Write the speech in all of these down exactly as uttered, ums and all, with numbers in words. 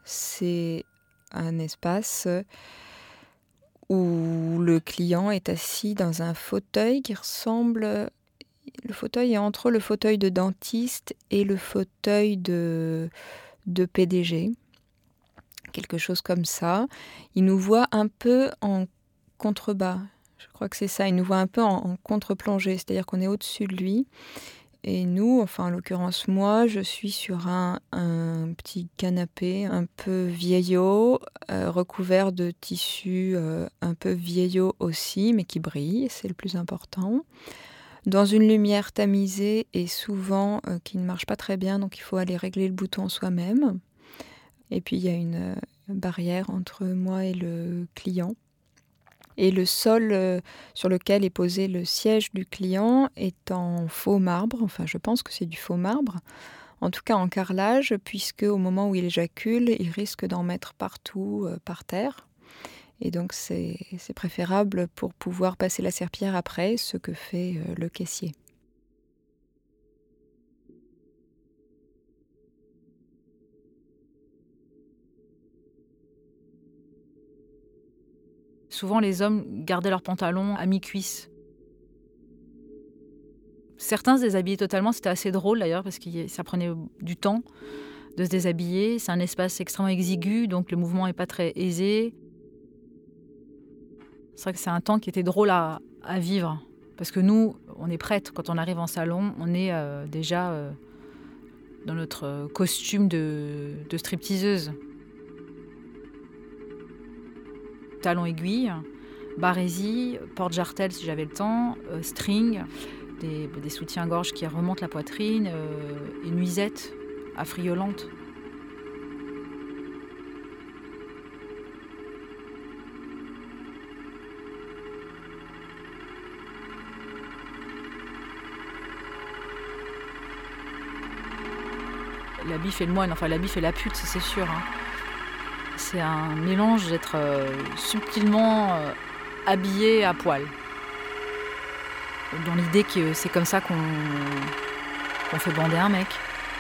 c'est un espace où le client est assis dans un fauteuil qui ressemble le fauteuil est entre le fauteuil de dentiste et le fauteuil de de P D G, quelque chose comme ça. Il nous voit un peu en contrebas, je crois que c'est ça, il nous voit un peu en en contre-plongée, c'est-à-dire qu'on est au-dessus de lui et nous, enfin en l'occurrence moi, je suis sur un un petit canapé un peu vieillot, heu, recouvert de tissu, heu, un peu vieillot aussi, mais qui brille, c'est le plus important. Dans une lumière tamisée et souvent, heu, qui ne marche pas très bien, donc il faut aller régler le bouton soi-même. Et puis il y a une, heu, barrière entre moi et le client. Et le sol, heu, sur lequel est posé le siège du client est en faux marbre, enfin je pense que c'est du faux marbre. En tout cas en carrelage, puisque au moment où il éjacule, il risque d'en mettre partout, heu, par terre. Et donc c'est c'est préférable pour pouvoir passer la serpillière après, ce que fait, heu, le caissier. Souvent, les hommes gardaient leurs pantalons à mi-cuisse. Certains se déshabillaient totalement, c'était assez drôle d'ailleurs parce que y ça prenait du temps de se déshabiller. C'est un espace extrêmement exigu, donc le mouvement est pas très aisé. C'est vrai que c'est un temps qui était drôle à à vivre parce que nous, on est prêtes. Quand on arrive en salon, on est, heu, déjà, heu, dans notre, heu, costume de de stripteaseuse. Talons aiguilles, barésie, porte-jartelle si j'avais le temps, heu, string, des des soutiens-gorge qui remontent la poitrine, heu, et nuisettes affriolantes. L'habit fait le moine, enfin l'habit fait la pute, ça c'est sûr, hein. C'est un mélange d'être, heu, subtilement, heu, habillé à poil. Dans l'idée que c'est comme ça qu'on qu'on fait bander un mec.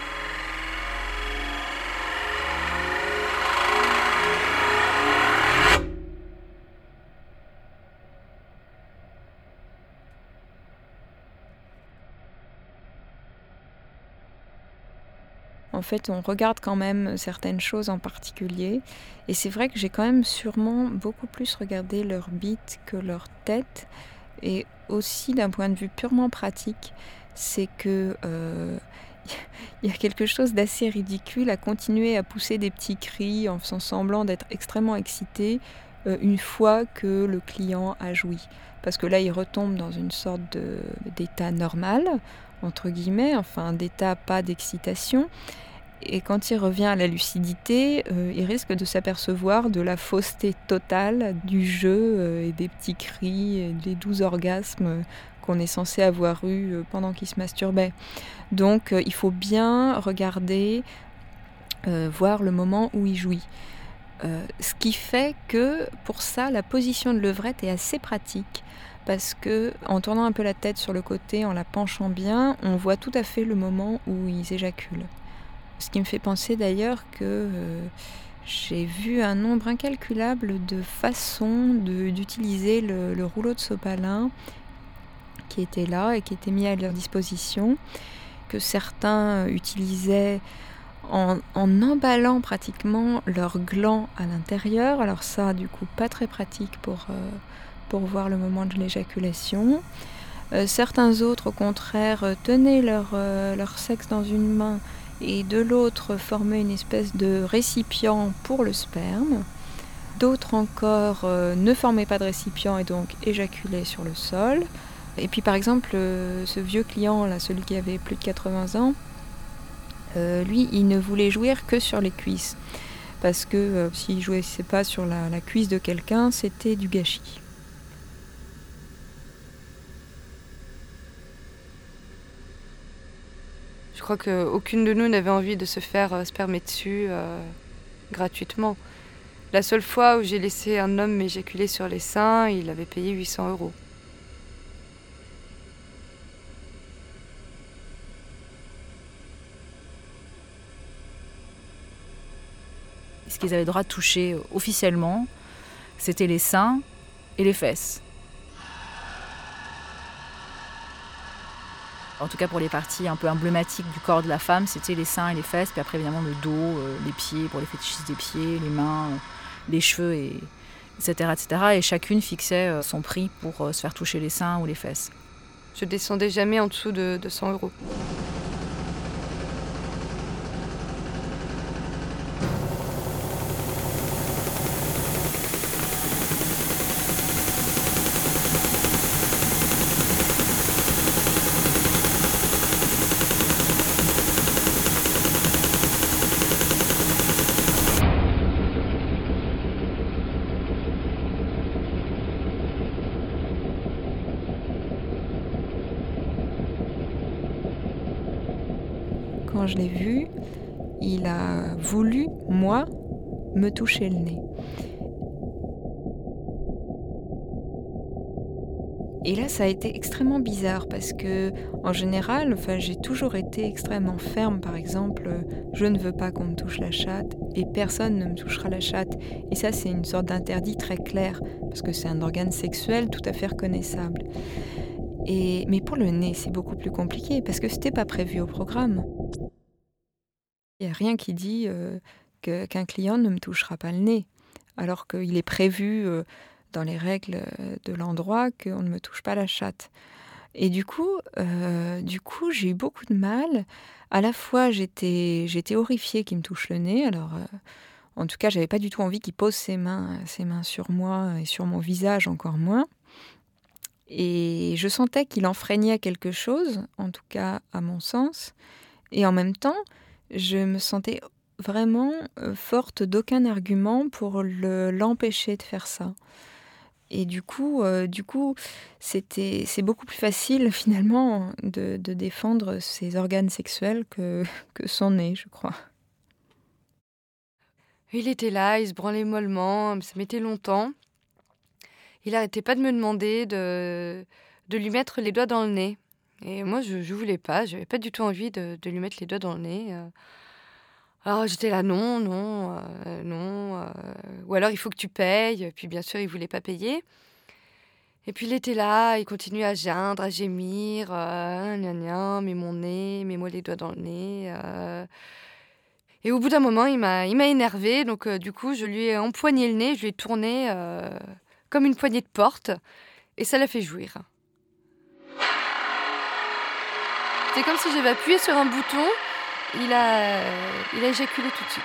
En fait, on regarde quand même certaines choses en particulier et c'est vrai que j'ai quand même sûrement beaucoup plus regardé leur bite que leur tête et aussi d'un point de vue purement pratique, c'est que, heu, il y a quelque chose d'assez ridicule à continuer à pousser des petits cris en faisant semblant d'être extrêmement excité, heu, une fois que le client a joui. Parce que là, il retombe dans une sorte de d'état «normal» entre guillemets, enfin d'état pas d'excitation et quand il revient à la lucidité, heu, il risque de s'apercevoir de la fausseté totale du jeu, heu, et des petits cris et des doux orgasmes qu'on est censé avoir eus, heu, pendant qu'il se masturbait. Donc heu, il faut bien regarder, heu, voir le moment où il jouit. Heu, ce qui fait que, pour ça, la position de levrette est assez pratique parce qu'en tournant un peu la tête sur le côté, en la penchant bien, on voit tout à fait le moment où ils éjaculent. Ce qui me fait penser d'ailleurs que, heu, j'ai vu un nombre incalculable de façons de d'utiliser le le rouleau de sopalin qui était là et qui était mis à leur disposition, que certains utilisaient en en emballant pratiquement leur gland à l'intérieur. Alors ça, du coup, pas très pratique pour, heu, pour voir le moment de l'éjaculation. Heu, certains autres, au contraire, heu, tenaient leur, heu, leur sexe dans une main et de l'autre formaient une espèce de récipient pour le sperme. D'autres encore, heu, ne formaient pas de récipient et donc éjaculaient sur le sol. Et puis par exemple, heu, ce vieux client là, celui qui avait plus de quatre-vingts ans, heu, lui, il ne voulait jouir que sur les cuisses. Parce que, heu, s'il jouissait pas sur la la cuisse de quelqu'un, c'était du gâchis. Je crois qu'aucune de nous n'avait envie de se faire, heu, spermer dessus, heu, gratuitement. La seule fois où j'ai laissé un homme m'éjaculer sur les seins, il avait payé huit cents euros. Ce ce qu'ils avaient le droit de toucher euh, officiellement, c'était les seins et les fesses. En tout cas pour les parties un peu emblématiques du corps de la femme, c'était les seins et les fesses, puis après évidemment le dos, euh, les pieds pour les fétichistes des pieds, les mains, euh, les cheveux, et, etc., et cetera. Et chacune fixait euh, son prix pour euh, se faire toucher les seins ou les fesses. Je descendais jamais en dessous de, de cent euros. Quand je l'ai vu, il a voulu, moi, me toucher le nez. Et là, ça a été extrêmement bizarre parce que, en général, enfin, j'ai toujours été extrêmement ferme. Par exemple, je ne veux pas qu'on me touche la chatte et personne ne me touchera la chatte. Et ça, c'est une sorte d'interdit très clair parce que c'est un organe sexuel tout à fait reconnaissable. Et, mais pour le nez, c'est beaucoup plus compliqué parce que c'était pas prévu au programme. Il n'y a rien qui dit euh, que, qu'un client ne me touchera pas le nez, alors qu'il est prévu euh, dans les règles de l'endroit qu'on ne me touche pas la chatte. Et du coup, euh, du coup, j'ai eu beaucoup de mal. À la fois, j'étais, j'étais horrifiée qu'il me touche le nez. Alors, euh, en tout cas, j'avais pas du tout envie qu'il pose ses mains, ses mains sur moi et sur mon visage, encore moins. Et je sentais qu'il enfreignait quelque chose, en tout cas à mon sens. Et en même temps, je me sentais vraiment euh, forte d'aucun argument pour le, l'empêcher de faire ça. Et du coup, euh, du coup c'était, c'est beaucoup plus facile finalement de, de défendre ses organes sexuels que, que son nez, je crois. Il était là, il se branlait mollement, ça mettait longtemps. Il n'arrêtait pas de me demander de, de lui mettre les doigts dans le nez. Et moi, je ne voulais pas, je n'avais pas du tout envie de, de lui mettre les doigts dans le nez. Alors j'étais là, non, non, euh, non. Euh, ou alors il faut que tu payes. Puis bien sûr, il ne voulait pas payer. Et puis il était là, il continuait à geindre, à gémir. Euh, gna gna, mets mon nez, mets-moi les doigts dans le nez. Euh. Et au bout d'un moment, il m'a, il m'a énervée. Donc euh, du coup, je lui ai empoigné le nez, je lui ai tourné euh, comme une poignée de porte. Et ça l'a fait jouir. C'est comme si j'avais appuyé sur un bouton, il a, il a éjaculé tout de suite.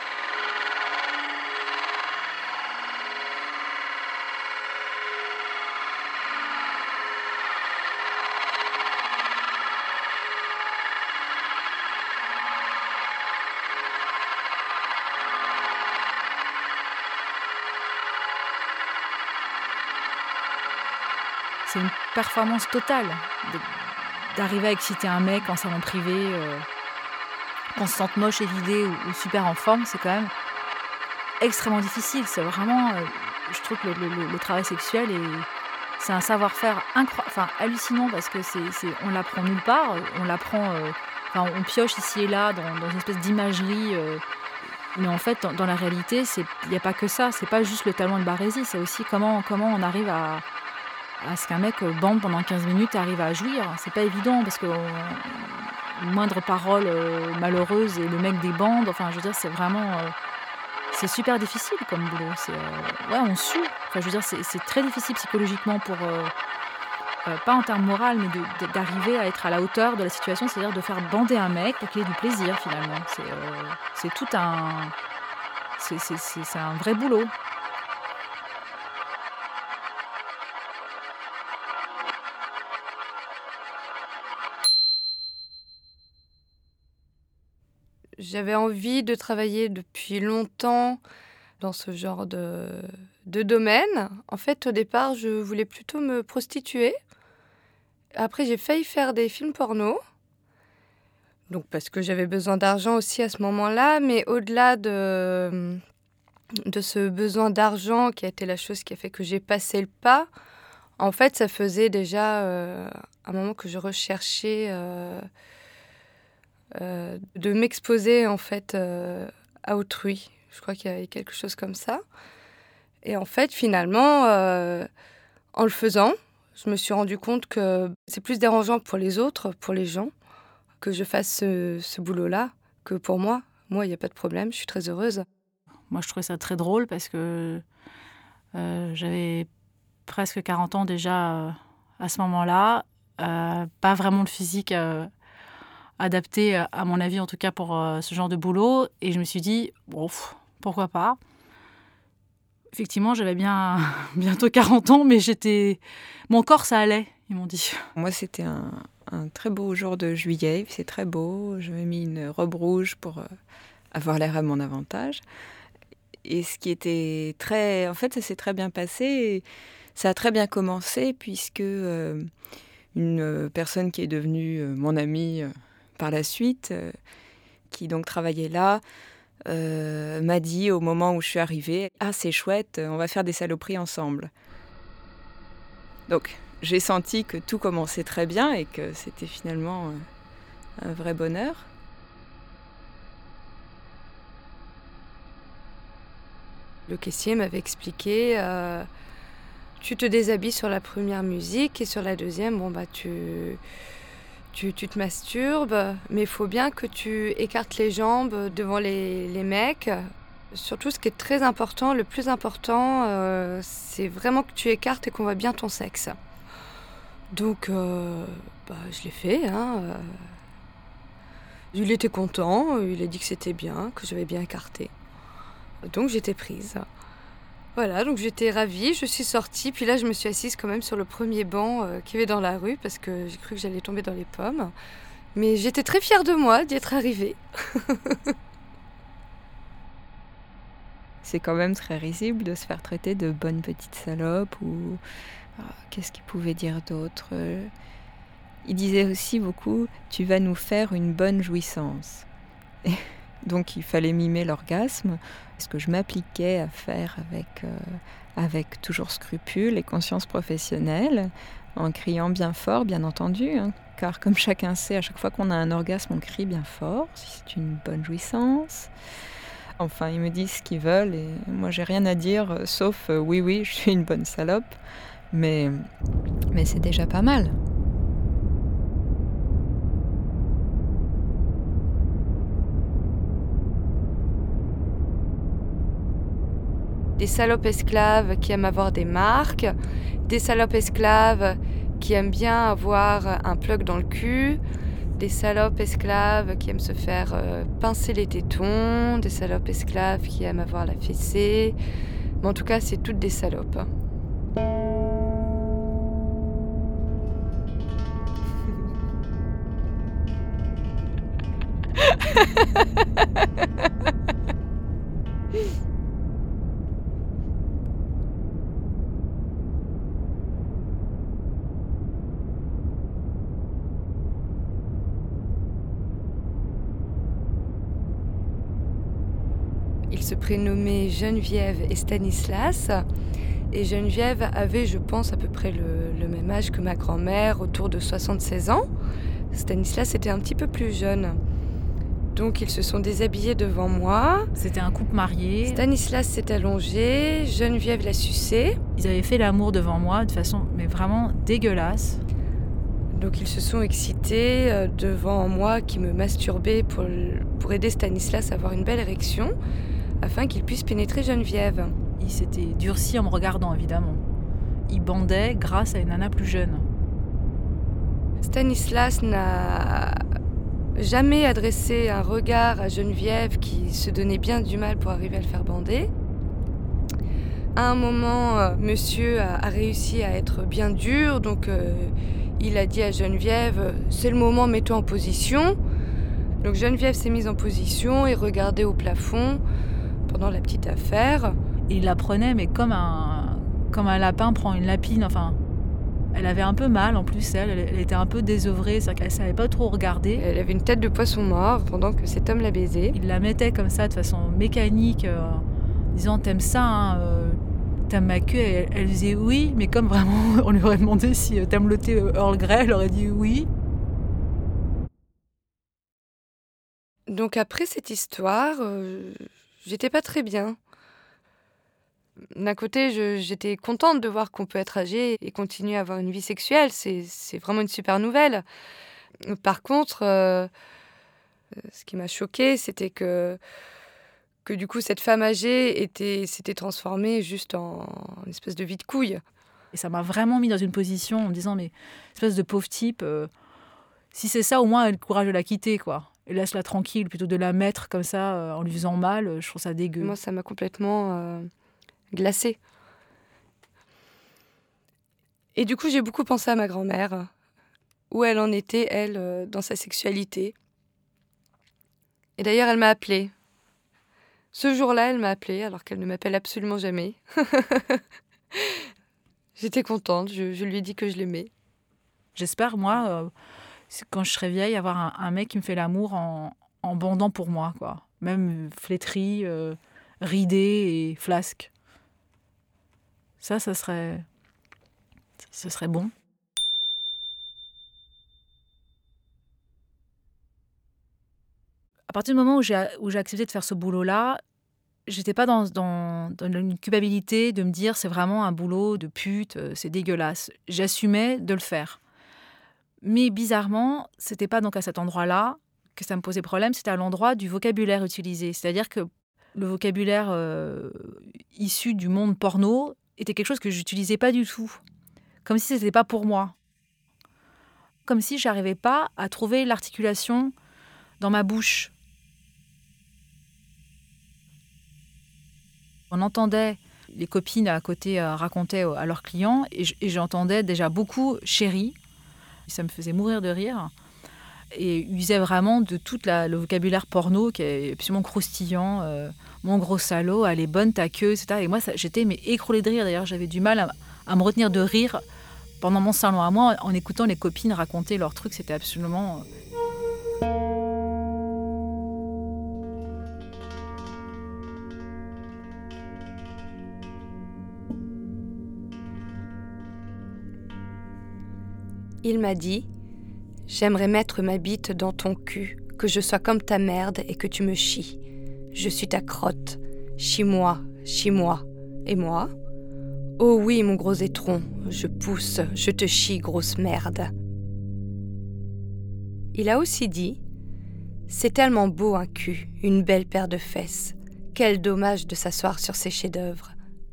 C'est une performance totale de, d'arriver à exciter un mec en salon privé, euh, qu'on se sente moche et vidé ou, ou super en forme, c'est quand même extrêmement difficile. C'est vraiment, euh, je trouve que le, le, le travail sexuel, est, c'est un savoir-faire incroyable, enfin hallucinant parce que c'est, c'est, on l'apprend nulle part, on l'apprend, euh, enfin on pioche ici et là dans, dans une espèce d'imagerie. Euh, mais en fait, dans, dans la réalité, il n'y a pas que ça. C'est pas juste le talent de Barresi, c'est aussi comment, comment on arrive à à ce qu'un mec bande pendant quinze minutes et arrive à jouir. C'est pas évident parce que on, moindre parole euh, malheureuse et le mec débande. Enfin, je veux dire, c'est vraiment... Euh, c'est super difficile comme boulot. C'est, euh, ouais, on sue. Enfin, je veux dire, c'est, c'est très difficile psychologiquement pour... Euh, euh, pas en termes moraux, mais de, de, d'arriver à être à la hauteur de la situation, c'est-à-dire de faire bander un mec pour qu'il ait du plaisir, finalement. C'est, euh, c'est tout un... C'est, c'est, c'est, c'est un vrai boulot. J'avais envie de travailler depuis longtemps dans ce genre de, de domaine. En fait, au départ, je voulais plutôt me prostituer. Après, j'ai failli faire des films porno. Donc, parce que j'avais besoin d'argent aussi à ce moment-là. Mais au-delà de, de ce besoin d'argent qui a été la chose qui a fait que j'ai passé le pas, en fait, ça faisait déjà euh, un moment que je recherchais... Euh, Euh, de m'exposer en fait euh, à autrui. Je crois qu'il y avait quelque chose comme ça. Et en fait, finalement, euh, en le faisant, je me suis rendu compte que c'est plus dérangeant pour les autres, pour les gens, que je fasse ce, ce boulot-là que pour moi. Moi, il n'y a pas de problème, je suis très heureuse. Moi, je trouvais ça très drôle parce que euh, j'avais presque quarante ans déjà euh, à ce moment-là. Euh, pas vraiment le physique euh, adapté, à mon avis, en tout cas pour euh, ce genre de boulot. Et je me suis dit, bon, pff, pourquoi pas. Effectivement, j'avais bien bientôt quarante ans, mais j'étais... mon corps, ça allait, ils m'ont dit. Moi, c'était un, un très beau jour de juillet. C'est très beau. J'avais mis une robe rouge pour euh, avoir l'air à mon avantage. Et ce qui était très... En fait, ça s'est très bien passé. Et ça a très bien commencé puisque euh, une personne qui est devenue euh, mon amie euh, par la suite, euh, qui donc travaillait là, Euh, m'a dit au moment où je suis arrivée « Ah, c'est chouette, on va faire des saloperies ensemble ». Donc, j'ai senti que tout commençait très bien et que c'était finalement euh, un vrai bonheur. Le caissier m'avait expliqué euh, tu te déshabilles sur la première musique et sur la deuxième, bon bah tu... Tu, tu te masturbes, mais il faut bien que tu écartes les jambes devant les, les mecs. Surtout, ce qui est très important, le plus important, euh, c'est vraiment que tu écartes et qu'on voit bien ton sexe. Donc, euh, bah, je l'ai fait. Hein, euh. Il était content, il a dit que c'était bien, que j'avais bien écarté. Donc, j'étais prise. Voilà, donc j'étais ravie, je suis sortie, puis là je me suis assise quand même sur le premier banc euh, qu'il y avait dans la rue parce que j'ai cru que j'allais tomber dans les pommes. Mais j'étais très fière de moi d'y être arrivée. C'est quand même très risible de se faire traiter de bonne petite salope ou... Oh, qu'est-ce qu'il pouvait dire d'autre ? Il disait aussi beaucoup « tu vas nous faire une bonne jouissance ». Donc il fallait mimer l'orgasme, ce que je m'appliquais à faire avec, euh, avec toujours scrupule et conscience professionnelle, en criant bien fort, bien entendu, hein, car comme chacun sait, à chaque fois qu'on a un orgasme, on crie bien fort, si c'est une bonne jouissance. Enfin, ils me disent ce qu'ils veulent et moi j'ai rien à dire, sauf euh, oui, oui, je suis une bonne salope, mais, mais c'est déjà pas mal. Des salopes esclaves qui aiment avoir des marques, des salopes esclaves qui aiment bien avoir un plug dans le cul, des salopes esclaves qui aiment se faire euh, pincer les tétons, des salopes esclaves qui aiment avoir la fessée. Mais en tout cas, c'est toutes des salopes. Ils se prénommaient Geneviève et Stanislas. Et Geneviève avait, je pense, à peu près le, le même âge que ma grand-mère, autour de soixante-seize ans. Stanislas était un petit peu plus jeune. Donc ils se sont déshabillés devant moi. C'était un couple marié. Stanislas s'est allongé, Geneviève l'a sucé. Ils avaient fait l'amour devant moi de façon mais vraiment dégueulasse. Donc ils se sont excités euh, devant moi qui me masturbais pour, pour aider Stanislas à avoir une belle érection, afin qu'il puisse pénétrer Geneviève. Il s'était durci en me regardant, évidemment. Il bandait grâce à une nana plus jeune. Stanislas n'a jamais adressé un regard à Geneviève qui se donnait bien du mal pour arriver à le faire bander. À un moment, euh, monsieur a, a réussi à être bien dur, donc euh, il a dit à Geneviève « c'est le moment, mets-toi en position ». Donc Geneviève s'est mise en position et regardait au plafond pendant la petite affaire. Et il la prenait, mais comme un, comme un lapin prend une lapine, enfin... Elle avait un peu mal en plus, elle, elle était un peu désœuvrée, c'est-à-dire qu'elle ne savait pas trop regarder. Elle avait une tête de poisson mort pendant que cet homme la baisait. Il la mettait comme ça de façon mécanique, euh, en disant « t'aimes ça, hein, euh, t'aimes ma queue ?» elle, elle disait oui, mais comme vraiment on lui aurait demandé si euh, t'aimes le thé Earl Grey, elle aurait dit oui. Donc après cette histoire, euh, j'étais pas très bien. D'un côté, je- j'étais contente de voir qu'on peut être âgé et continuer à avoir une vie sexuelle. C'est, c'est vraiment une super nouvelle. Par contre, euh, ce qui m'a choquée, c'était que, que du coup, cette femme âgée était, s'était transformée juste en une espèce de vide couille. Et ça m'a vraiment mis dans une position en me disant, mais espèce de pauvre type, euh, si c'est ça, au moins, elle a le courage de la quitter, quoi. Et laisse-la tranquille, plutôt que de la mettre comme ça, euh, en lui faisant mal, euh, je trouve ça dégueu. Moi, ça m'a complètement euh, glacée. Et du coup, j'ai beaucoup pensé à ma grand-mère, où elle en était, elle, euh, dans sa sexualité. Et d'ailleurs, elle m'a appelée. Ce jour-là, elle m'a appelée, alors qu'elle ne m'appelle absolument jamais. J'étais contente, je, je lui ai dit que je l'aimais. J'espère, moi, euh, c'est quand je serai vieille, avoir un, un mec qui me fait l'amour en, en bandant pour moi, quoi. Même flétri, euh, ridé et flasque. Ça, ça serait... Ce serait bon. À partir du moment où j'ai, où j'ai accepté de faire ce boulot-là, j'étais pas dans, dans, dans une culpabilité de me dire c'est vraiment un boulot de pute, euh, c'est dégueulasse. J'assumais de le faire. Mais bizarrement, c'était pas donc à cet endroit-là que ça me posait problème, c'était à l'endroit du vocabulaire utilisé. C'est-à-dire que le vocabulaire euh, issu du monde porno était quelque chose que j'utilisais pas du tout. Comme si c'était pas pour moi. Comme si j'arrivais pas à trouver l'articulation dans ma bouche. On entendait les copines à côté euh, raconter à leurs clients et, et j'entendais déjà beaucoup « chérie ». Ça me faisait mourir de rire. Et usait vraiment de tout la, le vocabulaire porno qui est absolument croustillant. Euh, mon gros salaud, elle est bonne ta queue, et cetera. Et moi, ça, j'étais mais écroulée de rire. D'ailleurs, j'avais du mal à, à me retenir de rire pendant mon salon à moi en écoutant les copines raconter leurs trucs. C'était absolument... Il m'a dit « J'aimerais mettre ma bite dans ton cul, que je sois comme ta merde et que tu me chies. Je suis ta crotte. Chie-moi, chie-moi. Et moi ? Oh oui, mon gros étron, je pousse, je te chie, grosse merde. » Il a aussi dit « C'est tellement beau un cul, une belle paire de fesses. Quel dommage de s'asseoir sur ses chefs-d'œuvre. »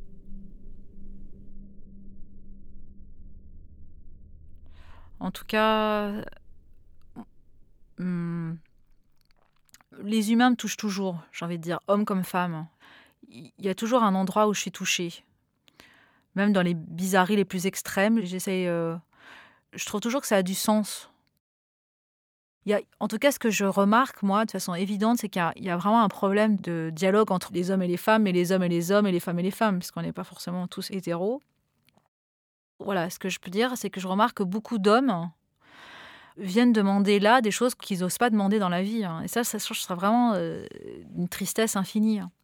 En tout cas, hum, les humains me touchent toujours, j'ai envie de dire, hommes comme femmes. Il y a toujours un endroit où je suis touchée. Même dans les bizarreries les plus extrêmes, j'essaye, euh, je trouve toujours que ça a du sens. Il y a, en tout cas, ce que je remarque, moi, de façon évidente, c'est qu'il y a, il y a vraiment un problème de dialogue entre les hommes et les femmes, et les hommes et les hommes, et les femmes et les femmes, parce qu'on n'est pas forcément tous hétéros. Voilà, ce que je peux dire, c'est que je remarque que beaucoup d'hommes viennent demander là des choses qu'ils n'osent pas demander dans la vie. Hein. Et ça, ça, ça serait vraiment euh, une tristesse infinie. Hein.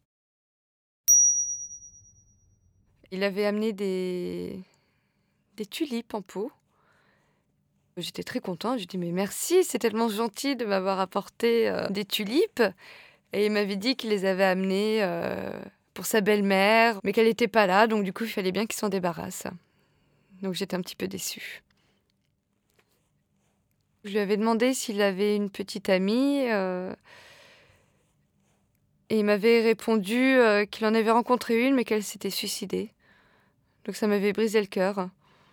Il avait amené des, des tulipes en pot. J'étais très contente. Je lui ai dit « Mais merci, c'est tellement gentil de m'avoir apporté euh, des tulipes. » Et il m'avait dit qu'il les avait amenées euh, pour sa belle-mère, mais qu'elle n'était pas là, donc du coup, il fallait bien qu'il s'en débarrasse. Donc j'étais un petit peu déçue. Je lui avais demandé s'il avait une petite amie euh, et il m'avait répondu euh, qu'il en avait rencontré une mais qu'elle s'était suicidée. Donc ça m'avait brisé le cœur.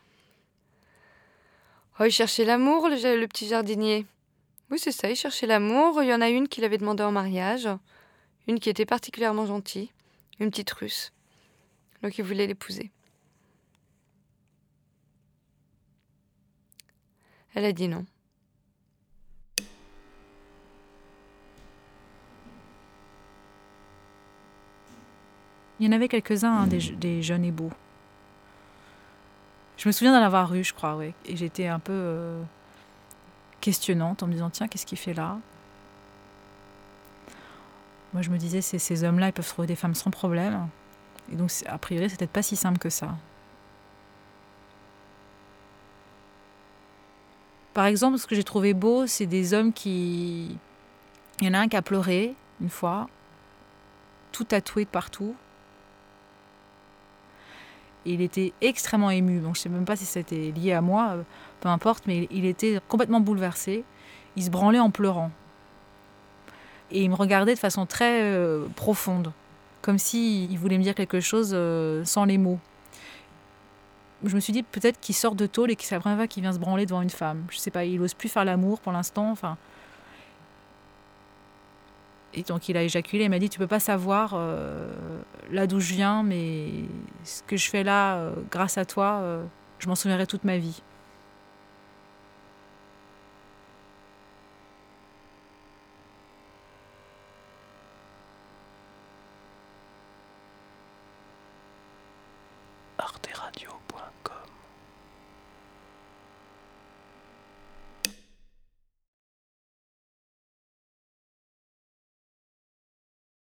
Oh, il cherchait l'amour, le, le petit jardinier. Oui, c'est ça, il cherchait l'amour. Il y en a une qui l'avait demandé en mariage, une qui était particulièrement gentille, une petite russe. Donc il voulait l'épouser. Elle a dit non. Il y en avait quelques-uns, hein, des, des jeunes et beaux. Je me souviens d'en avoir eu, je crois, oui. Et j'étais un peu euh, questionnante en me disant, tiens, qu'est-ce qu'il fait là ? Moi, je me disais, ces, ces hommes-là, ils peuvent trouver des femmes sans problème. Et donc, a priori, c'est peut-être pas si simple que ça. Par exemple, ce que j'ai trouvé beau, c'est des hommes qui... Il y en a un qui a pleuré, une fois. tout tatoué de partout. Et il était extrêmement ému. Donc, je ne sais même pas si c'était lié à moi, euh, peu importe, mais il était complètement bouleversé. Il se branlait en pleurant. Et il me regardait de façon très euh, profonde, comme s'il voulait me dire quelque chose euh, sans les mots. Je me suis dit peut-être qu'il sort de tôle et que c'est la première fois qu'il vient se branler devant une femme. Je sais pas, il n'ose plus faire l'amour pour l'instant. Enfin. Et donc il a éjaculé, il m'a dit tu peux pas savoir euh, là d'où je viens, mais ce que je fais là, euh, grâce à toi, euh, je m'en souviendrai toute ma vie. arte radio